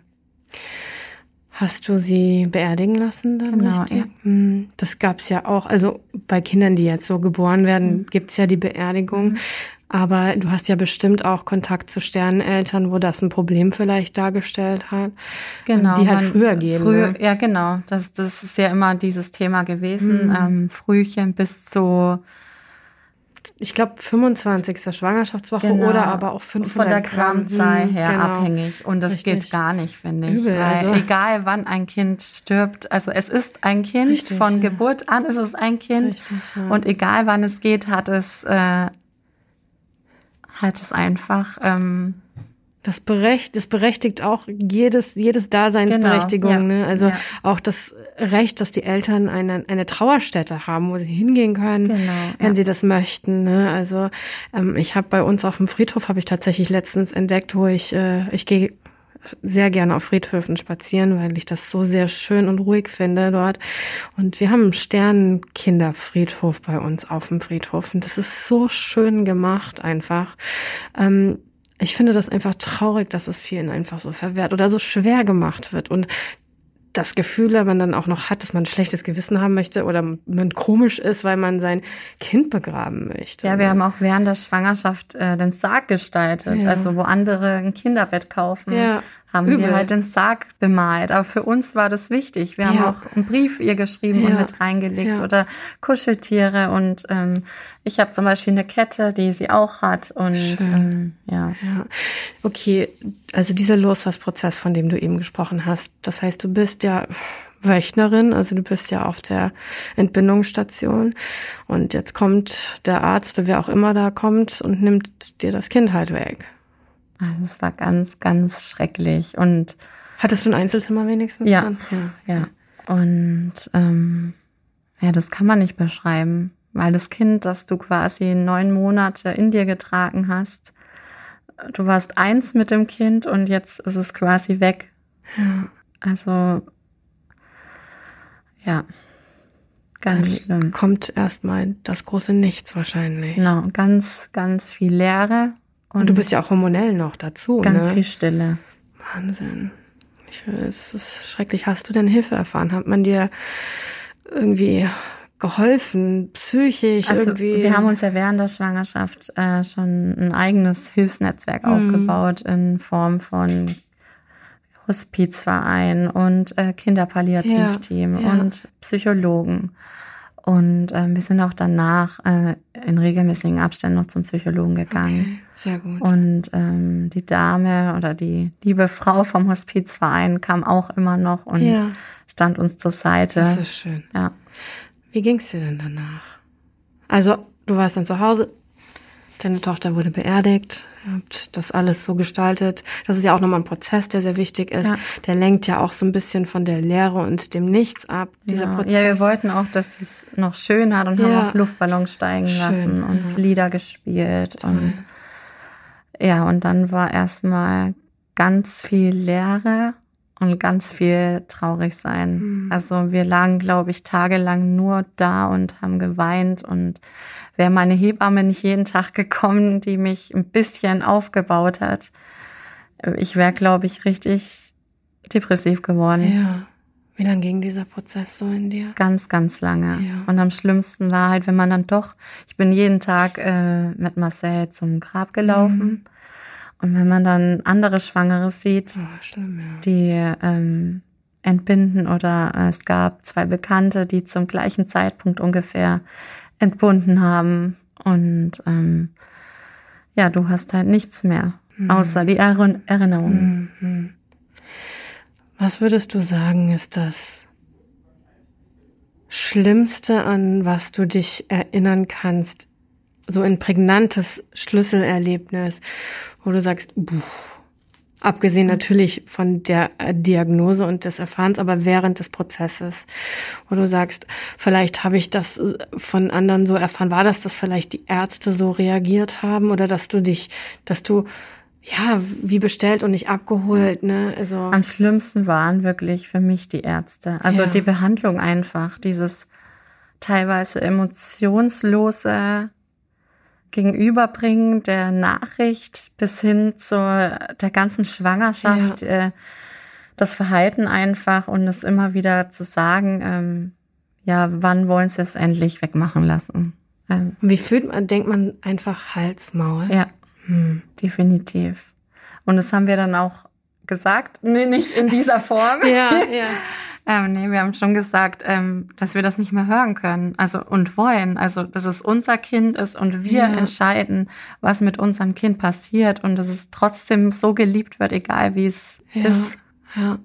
Hast du sie beerdigen lassen dann, genau, richtig? Ja. Das gab's ja auch. Also bei Kindern, die jetzt so geboren werden, gibt's ja die Beerdigung. Aber du hast ja bestimmt auch Kontakt zu Sterneneltern, wo das ein Problem vielleicht dargestellt hat. Genau. Die halt früher gehen. Ne? Ja, genau. Das ist ja immer dieses Thema gewesen. Frühchen bis zu, ich glaube, 25. Schwangerschaftswoche oder aber auch 500 von der Grammzahl her genau. abhängig. Und das geht gar nicht, finde ich. Übel, weil egal wann ein Kind stirbt, also es ist ein Kind, von Geburt an ist es ein Kind. Richtig, und egal wann es geht, hat es einfach das berechtigt auch jedes Daseinsberechtigung. Genau, ne? Also auch das Recht, dass die Eltern eine Trauerstätte haben, wo sie hingehen können, wenn sie das möchten. Ne? Also ich habe bei uns auf dem Friedhof, habe ich tatsächlich letztens entdeckt, wo ich gehe sehr gerne auf Friedhöfen spazieren, weil ich das so sehr schön und ruhig finde dort. Und wir haben einen Sternenkinderfriedhof bei uns auf dem Friedhof. Und das ist so schön gemacht einfach. Ich finde das einfach traurig, dass es vielen einfach so verwehrt oder so schwer gemacht wird. Und das Gefühl, wenn man dann auch noch hat, dass man ein schlechtes Gewissen haben möchte oder man komisch ist, weil man sein Kind begraben möchte. Ja, wir haben auch während der Schwangerschaft den Sarg gestaltet. Ja. Also wo andere ein Kinderbett kaufen, haben wir halt den Sarg bemalt. Aber für uns war das wichtig. Wir haben auch einen Brief ihr geschrieben und mit reingelegt oder Kuscheltiere. Und ich habe zum Beispiel eine Kette, die sie auch hat. Und ja. Okay, also dieser Loslassprozess, von dem du eben gesprochen hast, das heißt, du bist ja Wöchnerin, also du bist ja auf der Entbindungsstation und jetzt kommt der Arzt oder wer auch immer da kommt und nimmt dir das Kind halt weg. Also es war ganz, ganz schrecklich. Und hattest du ein Einzelzimmer wenigstens? Ja. Und das kann man nicht beschreiben, weil das Kind, das du quasi 9 Monate in dir getragen hast, du warst eins mit dem Kind und jetzt ist es quasi weg. Also, ja, ganz schlimm. Kommt erstmal das große Nichts wahrscheinlich. Genau, ganz, ganz viel Leere. Und du bist ja auch hormonell noch dazu, ganz viel Stille. Wahnsinn. Es ist schrecklich. Hast du denn Hilfe erfahren? Hat man dir irgendwie geholfen, psychisch irgendwie? Wir haben uns ja während der Schwangerschaft schon ein eigenes Hilfsnetzwerk aufgebaut in Form von Hospizverein und Kinderpalliativteam und Psychologen. Und wir sind auch danach in regelmäßigen Abständen noch zum Psychologen gegangen. Okay, sehr gut. Und die Dame oder die liebe Frau vom Hospizverein kam auch immer noch und stand uns zur Seite. Das ist schön. Ja. Wie ging's dir denn danach? Also, du warst dann zu Hause, deine Tochter wurde beerdigt, ihr habt das alles so gestaltet. Das ist ja auch nochmal ein Prozess, der sehr wichtig ist. Ja. Der lenkt ja auch so ein bisschen von der Leere und dem Nichts ab, dieser Prozess. Ja, wir wollten auch, dass sie es noch schön hat und haben auch Luftballons steigen lassen und Lieder gespielt. Und und dann war erstmal ganz viel Leere und ganz viel traurig sein. Also wir lagen, glaube ich, tagelang nur da und haben geweint. Und wäre meine Hebamme nicht jeden Tag gekommen, die mich ein bisschen aufgebaut hat, ich wäre, glaube ich, richtig depressiv geworden. Ja. Wie lange ging dieser Prozess so in dir? Ganz, ganz lange. Ja. Und am schlimmsten war halt, wenn man dann doch, ich bin jeden Tag mit Marcel zum Grab gelaufen. Und wenn man dann andere Schwangere sieht, schlimm, die entbinden oder es gab 2 Bekannte, die zum gleichen Zeitpunkt ungefähr entbunden haben. Und du hast halt nichts mehr, außer die Erinnerung. Was würdest du sagen, ist das Schlimmste, an was du dich erinnern kannst, so ein prägnantes Schlüsselerlebnis, wo du sagst, abgesehen natürlich von der Diagnose und des Erfahrens, aber während des Prozesses, wo du sagst, vielleicht habe ich das von anderen so erfahren, war das, dass vielleicht die Ärzte so reagiert haben oder dass du wie bestellt und nicht abgeholt, ne? Also am schlimmsten waren wirklich für mich die Ärzte. Also die Behandlung einfach, dieses teilweise emotionslose Gegenüberbringen der Nachricht bis hin zu der ganzen Schwangerschaft, das Verhalten einfach und es immer wieder zu sagen, wann wollen sie es endlich wegmachen lassen? Wie fühlt man, denkt man einfach Hals, Maul? Ja, definitiv. Und das haben wir dann auch gesagt, nicht in dieser Form. Wir haben schon gesagt, dass wir das nicht mehr hören können, und wollen. Also, dass es unser Kind ist und wir entscheiden, was mit unserem Kind passiert und dass es trotzdem so geliebt wird, egal wie es ist. Ja.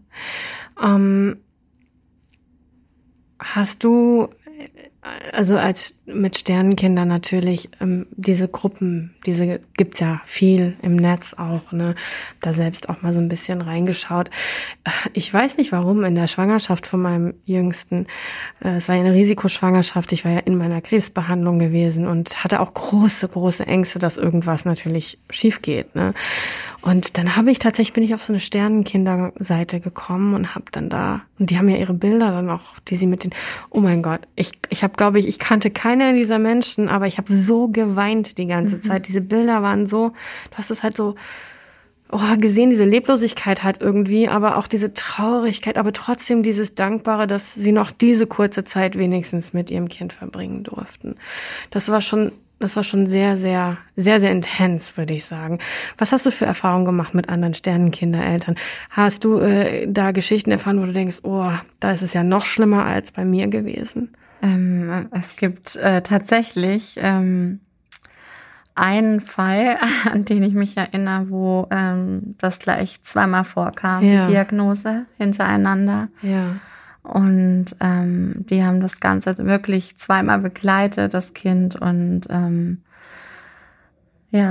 Hast du, also als mit Sternenkindern natürlich, diese Gruppen, diese gibt's ja viel im Netz auch, ne? Da selbst auch mal so ein bisschen reingeschaut. Ich weiß nicht warum, in der Schwangerschaft von meinem Jüngsten, es war ja eine Risikoschwangerschaft, ich war ja in meiner Krebsbehandlung gewesen und hatte auch große, große Ängste, dass irgendwas natürlich schief geht, ne? Und dann bin ich auf so eine Sternenkinderseite gekommen und habe dann und die haben ja ihre Bilder dann auch, die sie oh mein Gott, ich kannte keine dieser Menschen, aber ich habe so geweint die ganze Zeit. Diese Bilder waren so, du hast es halt so gesehen, diese Leblosigkeit halt irgendwie, aber auch diese Traurigkeit, aber trotzdem dieses Dankbare, dass sie noch diese kurze Zeit wenigstens mit ihrem Kind verbringen durften. Das war schon sehr, sehr, sehr, sehr intens, würde ich sagen. Was hast du für Erfahrungen gemacht mit anderen Sternenkindereltern? Hast du da Geschichten erfahren, wo du denkst, da ist es ja noch schlimmer als bei mir gewesen? Es gibt tatsächlich einen Fall, an den ich mich erinnere, wo das gleich zweimal vorkam, die Diagnose hintereinander. Ja. Und die haben das Ganze wirklich zweimal begleitet, das Kind. Und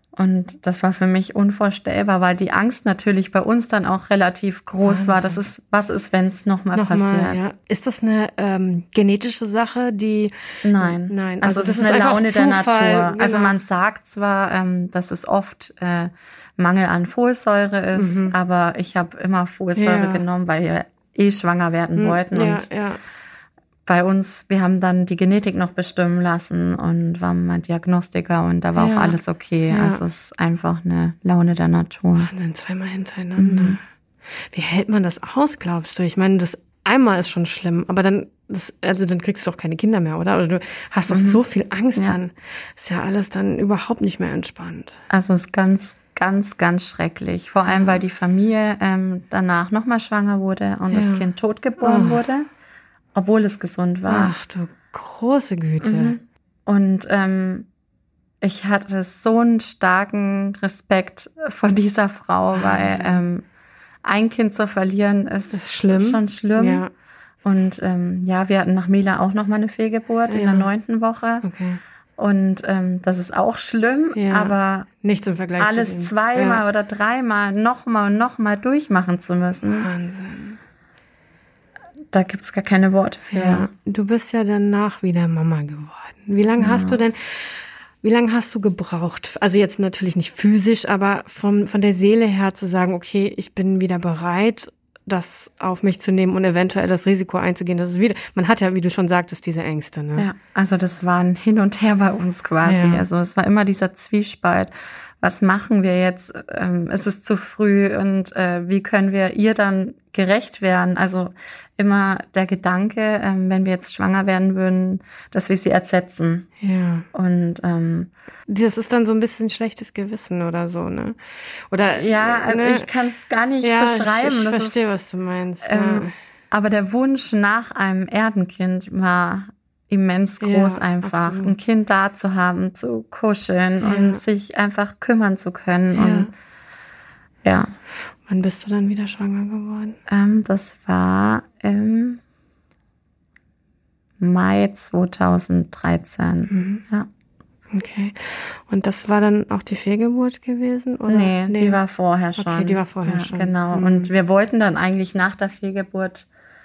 Und das war für mich unvorstellbar, weil die Angst natürlich bei uns dann auch relativ groß war. Was ist, wenn es nochmal passiert? Ja. Ist das eine genetische Sache, die... Nein. Also das ist eine Laune der Natur. Genau. Also man sagt zwar, dass es oft Mangel an Folsäure ist, aber ich habe immer Folsäure genommen, weil wir schwanger werden wollten. Und bei uns, wir haben dann die Genetik noch bestimmen lassen und waren mal Diagnostiker und da war auch alles okay. Ja. Also es ist einfach eine Laune der Natur. Und dann 2-mal hintereinander. Wie hält man das aus, glaubst du? Ich meine, das einmal ist schon schlimm, aber dann kriegst du doch keine Kinder mehr, oder? Oder du hast doch so viel Angst dann. Ist ja alles dann überhaupt nicht mehr entspannt. Also es ist ganz, ganz, ganz schrecklich. Vor allem, weil die Familie danach nochmal schwanger wurde und das Kind totgeboren wurde. Obwohl es gesund war. Ach du große Güte. Und ich hatte so einen starken Respekt vor dieser Frau, weil ein Kind zu verlieren ist schon schlimm. Ja. Und wir hatten nach Mila auch nochmal eine Fehlgeburt in der 9. Woche. Okay. Und das ist auch schlimm, aber nichts im Vergleich alles zu 2-mal oder 3-mal nochmal durchmachen zu müssen. Wahnsinn. Da gibt's gar keine Worte für. Ja, du bist ja danach wieder Mama geworden. Wie lange hast du gebraucht? Also jetzt natürlich nicht physisch, aber von der Seele her zu sagen, okay, ich bin wieder bereit, das auf mich zu nehmen und eventuell das Risiko einzugehen. Das ist wieder, man hat ja, wie du schon sagtest, diese Ängste, ne? Ja, also das war ein Hin und Her bei uns quasi. Ja. Also es war immer dieser Zwiespalt. Was machen wir jetzt? Es ist zu früh und wie können wir ihr dann gerecht werden? Also immer der Gedanke, wenn wir jetzt schwanger werden würden, dass wir sie ersetzen. Ja. Und das ist dann so ein bisschen schlechtes Gewissen oder so, ne? Oder ich kann es gar nicht beschreiben. Ich verstehe, was du meinst. Aber der Wunsch nach einem Erdenkind war immens groß einfach. Absolut. Ein Kind da zu haben, zu kuscheln und sich einfach kümmern zu können. Und Wann bist du dann wieder schwanger geworden? Das war im Mai 2013. Ja. Okay. Und das war dann auch die Fehlgeburt gewesen? Oder? Nee, die war vorher schon. Okay, die war vorher schon. Genau. Und wir wollten dann eigentlich nach der Fehlgeburt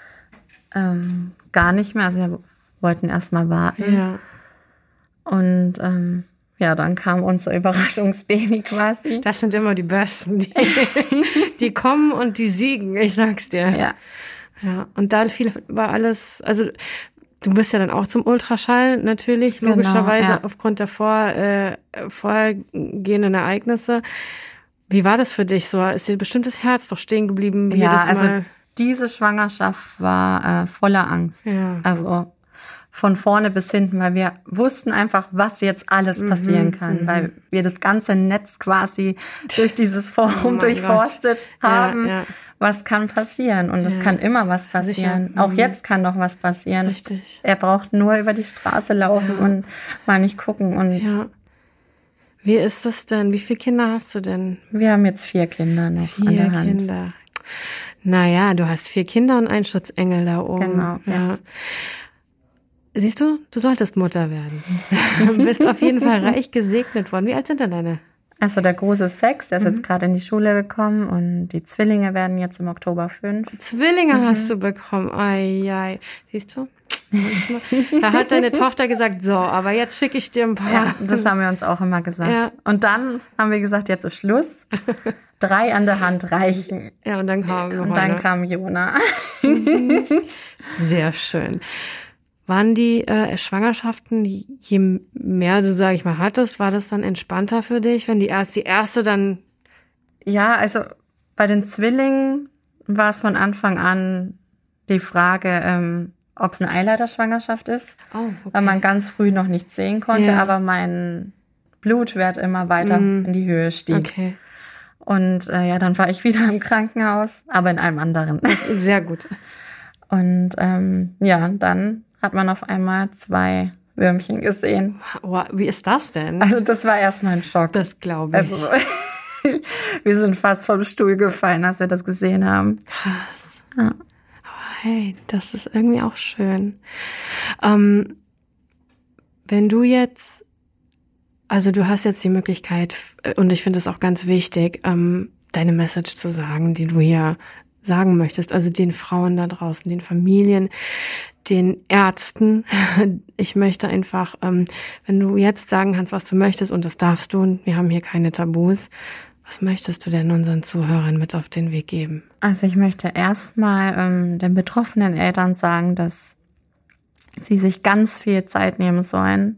gar nicht mehr. Also wir wollten erst mal warten. Ja. Und dann kam unser Überraschungsbaby quasi. Das sind immer die Besten. Die kommen und die siegen, ich sag's dir. Ja. Ja. Und da war alles, also du bist ja dann auch zum Ultraschall natürlich, logischerweise aufgrund der vorhergehenden Ereignisse. Wie war das für dich so? Ist dir bestimmt das Herz doch stehen geblieben? Diese Schwangerschaft war voller Angst. Ja. Also von vorne bis hinten, weil wir wussten einfach, was jetzt alles passieren kann, weil wir das ganze Netz quasi durch dieses Forum durchforstet haben. Ja. Was kann passieren? Und es kann immer was passieren. Sicher. Auch jetzt kann noch was passieren. Richtig. Er braucht nur über die Straße laufen und mal nicht gucken. Und wie ist das denn? Wie viele Kinder hast du denn? Wir haben jetzt 4 Kinder noch an der Hand. 4 Kinder. Naja, du hast 4 Kinder und einen Schutzengel da oben. Genau, ja. Siehst du, du solltest Mutter werden. Du bist auf jeden Fall reich gesegnet worden. Wie alt sind denn deine? Also der große ist 6, der ist jetzt gerade in die Schule gekommen und die Zwillinge werden jetzt im Oktober 5. Zwillinge hast du bekommen. Ai. Siehst du? Da hat deine Tochter gesagt, so, aber jetzt schicke ich dir ein paar. Ja, das haben wir uns auch immer gesagt. Ja. Und dann haben wir gesagt, jetzt ist Schluss. 3 an der Hand reichen. Ja, und dann kam kam Jona. Sehr schön. Waren die Schwangerschaften, je mehr du, sag ich mal, hattest, war das dann entspannter für dich, wenn die erste dann... Ja, also bei den Zwillingen war es von Anfang an die Frage, ob es eine Eileiterschwangerschaft ist, weil man ganz früh noch nichts sehen konnte, aber mein Blutwert immer weiter in die Höhe stieg. Okay. Und dann war ich wieder im Krankenhaus, aber in einem anderen. Sehr gut. Und dann hat man auf einmal 2 Würmchen gesehen. Wow, wie ist das denn? Also das war erstmal ein Schock. Das glaube ich. Also, wir sind fast vom Stuhl gefallen, als wir das gesehen haben. Krass. Ja. Aber hey, das ist irgendwie auch schön. Wenn du jetzt Also du hast jetzt die Möglichkeit, und ich finde es auch ganz wichtig, deine Message zu sagen, die du hier sagen möchtest. Also den Frauen da draußen, den Familien, den Ärzten. Ich möchte einfach, wenn du jetzt sagen kannst, was du möchtest, und das darfst du, und wir haben hier keine Tabus, was möchtest du denn unseren Zuhörern mit auf den Weg geben? Also ich möchte erstmal den betroffenen Eltern sagen, dass sie sich ganz viel Zeit nehmen sollen,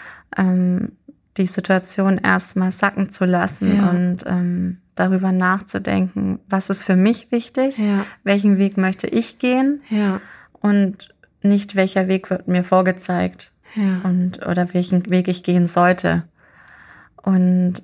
die Situation erstmal sacken zu lassen und darüber nachzudenken, was ist für mich wichtig, welchen Weg möchte ich gehen und nicht welcher Weg wird mir vorgezeigt oder welchen Weg ich gehen sollte. Und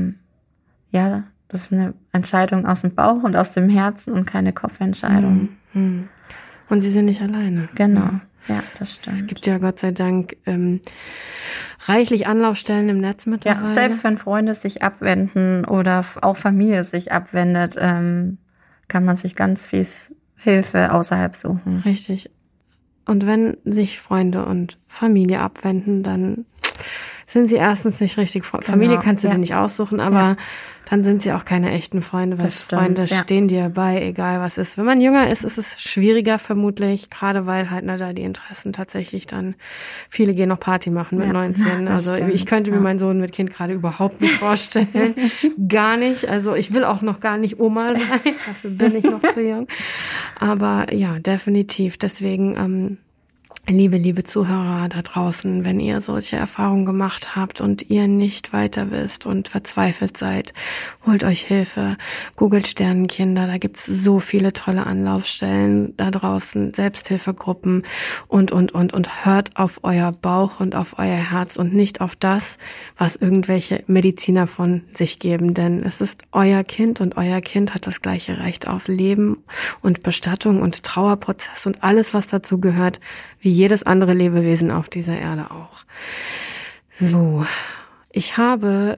das ist eine Entscheidung aus dem Bauch und aus dem Herzen und keine Kopfentscheidung. Mhm. Und sie sind nicht alleine. Genau. Ja, das stimmt. Es gibt ja Gott sei Dank reichlich Anlaufstellen im Netz mittlerweile. Ja, selbst wenn Freunde sich abwenden oder auch Familie sich abwendet, kann man sich ganz viel Hilfe außerhalb suchen. Richtig. Und wenn sich Freunde und Familie abwenden, dann sind sie erstens nicht richtig Freunde. Genau, Familie kannst du dir nicht aussuchen, aber dann sind sie auch keine echten Freunde, weil Freunde stehen dir bei, egal was ist. Wenn man jünger ist, ist es schwieriger vermutlich, gerade weil halt da die Interessen tatsächlich dann, viele gehen noch Party machen mit 19. Also ich könnte mir meinen Sohn mit Kind gerade überhaupt nicht vorstellen. Gar nicht. Also ich will auch noch gar nicht Oma sein, dafür bin ich noch zu jung. Aber ja, definitiv. Deswegen liebe Zuhörer da draußen, wenn ihr solche Erfahrungen gemacht habt und ihr nicht weiter wisst und verzweifelt seid, holt euch Hilfe, googelt Sternenkinder, da gibt's so viele tolle Anlaufstellen da draußen, Selbsthilfegruppen und hört auf euer Bauch und auf euer Herz und nicht auf das, was irgendwelche Mediziner von sich geben, denn es ist euer Kind und euer Kind hat das gleiche Recht auf Leben und Bestattung und Trauerprozess und alles, was dazu gehört, wie jedes andere Lebewesen auf dieser Erde auch. So, ich habe,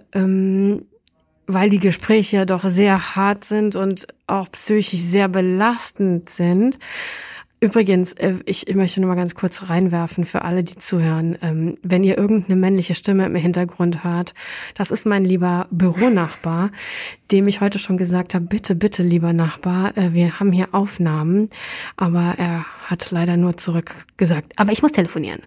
weil die Gespräche doch sehr hart sind und auch psychisch sehr belastend sind. Übrigens, ich möchte nur mal ganz kurz reinwerfen für alle, die zuhören. Wenn ihr irgendeine männliche Stimme im Hintergrund hört, das ist mein lieber Büronachbar, dem ich heute schon gesagt habe, bitte, lieber Nachbar, wir haben hier Aufnahmen, aber er hat leider nur zurückgesagt, aber ich muss telefonieren.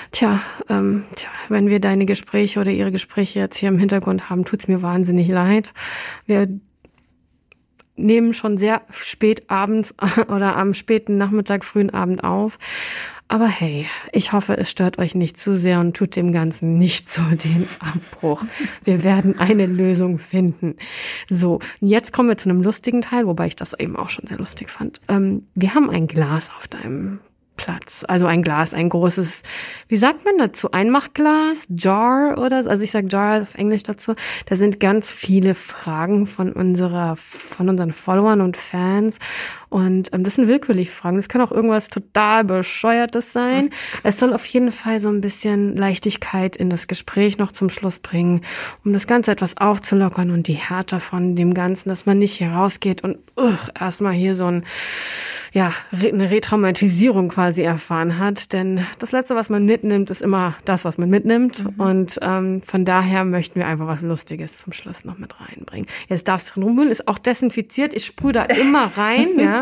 Wenn wir deine Gespräche oder ihre Gespräche jetzt hier im Hintergrund haben, tut's mir wahnsinnig leid. Wir nehmen schon sehr spät abends oder am späten Nachmittag, frühen Abend auf. Aber hey, ich hoffe, es stört euch nicht zu sehr und tut dem Ganzen nicht so den Abbruch. Wir werden eine Lösung finden. So, jetzt kommen wir zu einem lustigen Teil, wobei ich das eben auch schon sehr lustig fand. Wir haben ein Glas auf deinem Platz. Also ein Glas, ein großes, wie sagt man dazu? Einmachglas, Jar oder so. Also ich sage Jar auf Englisch dazu. Da sind ganz viele Fragen von unseren Followern und Fans. Und das sind willkürliche Fragen. Das kann auch irgendwas total Bescheuertes sein. Es soll auf jeden Fall so ein bisschen Leichtigkeit in das Gespräch noch zum Schluss bringen, um das Ganze etwas aufzulockern und die Härte von dem Ganzen, dass man nicht hier rausgeht und erstmal hier so eine Retraumatisierung quasi erfahren hat. Denn das Letzte, was man mitnimmt, ist immer das, was man mitnimmt. Und von daher möchten wir einfach was Lustiges zum Schluss noch mit reinbringen. Jetzt darfst du rumholen, ist auch desinfiziert. Ich sprühe da immer rein, ja.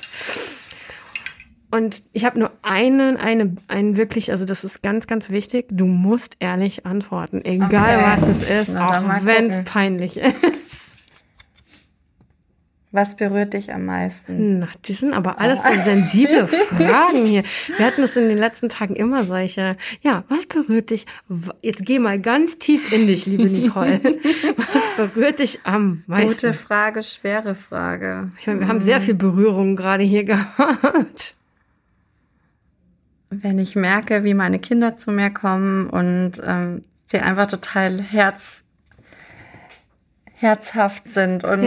Und ich habe nur einen wirklich, also das ist ganz, ganz wichtig. Du musst ehrlich antworten, egal was es ist, auch wenn es peinlich ist. Was berührt dich am meisten? Na, die sind aber alles so sensible Fragen hier. Wir hatten das in den letzten Tagen immer solche. Ja, was berührt dich? Jetzt geh mal ganz tief in dich, liebe Nicole. Was berührt dich am meisten? Gute Frage, schwere Frage. Ich meine, wir haben sehr viel Berührung gerade hier gehabt. Wenn ich merke, wie meine Kinder zu mir kommen und sie einfach total herzhaft sind und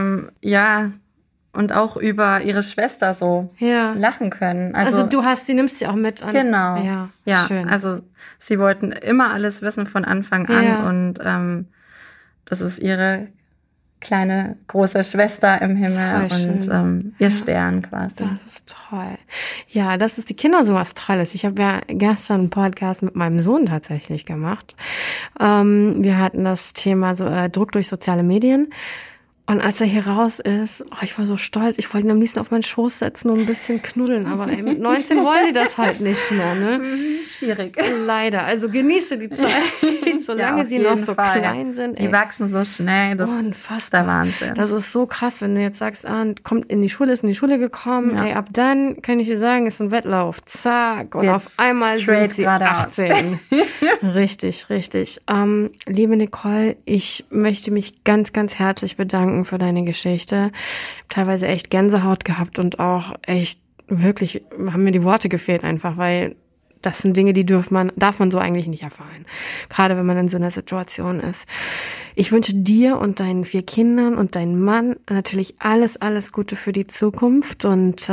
und auch über ihre Schwester so lachen können. Also nimmst sie auch mit an. Genau. Ja, schön. Also sie wollten immer alles wissen von Anfang an und das ist ihre kleine große Schwester im Himmel und ihr Stern quasi. Das ist toll. Ja, das ist die Kinder sowas Tolles. Ich habe ja gestern einen Podcast mit meinem Sohn tatsächlich gemacht. Wir hatten das Thema Druck durch soziale Medien. Und als er hier raus ist, ich war so stolz. Ich wollte ihn am liebsten auf meinen Schoß setzen und ein bisschen knuddeln. Aber mit 19 wollen die das halt nicht mehr, ne? Schwierig. Leider. Also genieße die Zeit, solange sie noch so klein sind. Die wachsen so schnell. Das ist der Wahnsinn. Das ist so krass, wenn du jetzt sagst, ist in die Schule gekommen. Ja. Ab dann kann ich dir sagen, ist ein Wettlauf. Zack. Und jetzt auf einmal sind sie 18. Richtig, richtig. Liebe Nicole, ich möchte mich ganz, ganz herzlich bedanken für deine Geschichte. Teilweise echt Gänsehaut gehabt und auch echt wirklich haben mir die Worte gefehlt einfach, weil das sind Dinge, die darf man so eigentlich nicht erfahren. Gerade wenn man in so einer Situation ist. Ich wünsche dir und deinen 4 Kindern und deinem Mann natürlich alles, alles Gute für die Zukunft und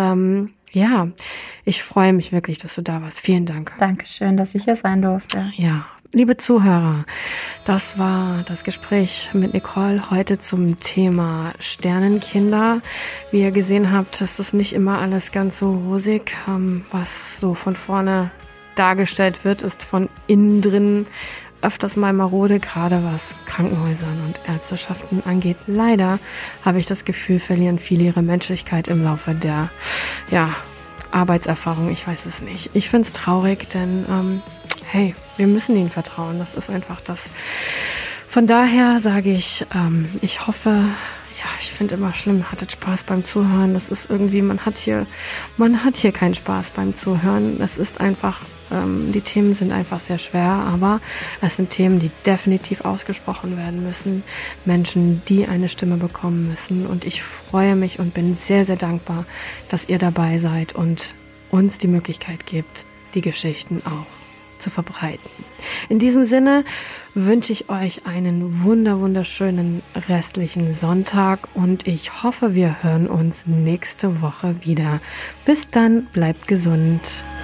ich freue mich wirklich, dass du da warst. Vielen Dank. Dankeschön, dass ich hier sein durfte. Ja. Liebe Zuhörer, das war das Gespräch mit Nicole heute zum Thema Sternenkinder. Wie ihr gesehen habt, ist es nicht immer alles ganz so rosig. Was so von vorne dargestellt wird, ist von innen drin öfters mal marode, gerade was Krankenhäusern und Ärzteschaften angeht. Leider habe ich das Gefühl, verlieren viele ihre Menschlichkeit im Laufe der Arbeitserfahrung. Ich weiß es nicht. Ich finde es traurig, denn hey, wir müssen ihnen vertrauen. Das ist einfach das. Von daher sage ich, ich hoffe, ich finde immer schlimm, hattet Spaß beim Zuhören. Das ist irgendwie, man hat hier keinen Spaß beim Zuhören. Das ist einfach, die Themen sind einfach sehr schwer, aber es sind Themen, die definitiv ausgesprochen werden müssen. Menschen, die eine Stimme bekommen müssen. Und ich freue mich und bin sehr, sehr dankbar, dass ihr dabei seid und uns die Möglichkeit gibt, die Geschichten auch zu verbreiten. In diesem Sinne wünsche ich euch einen wunderschönen restlichen Sonntag und ich hoffe, wir hören uns nächste Woche wieder. Bis dann, bleibt gesund.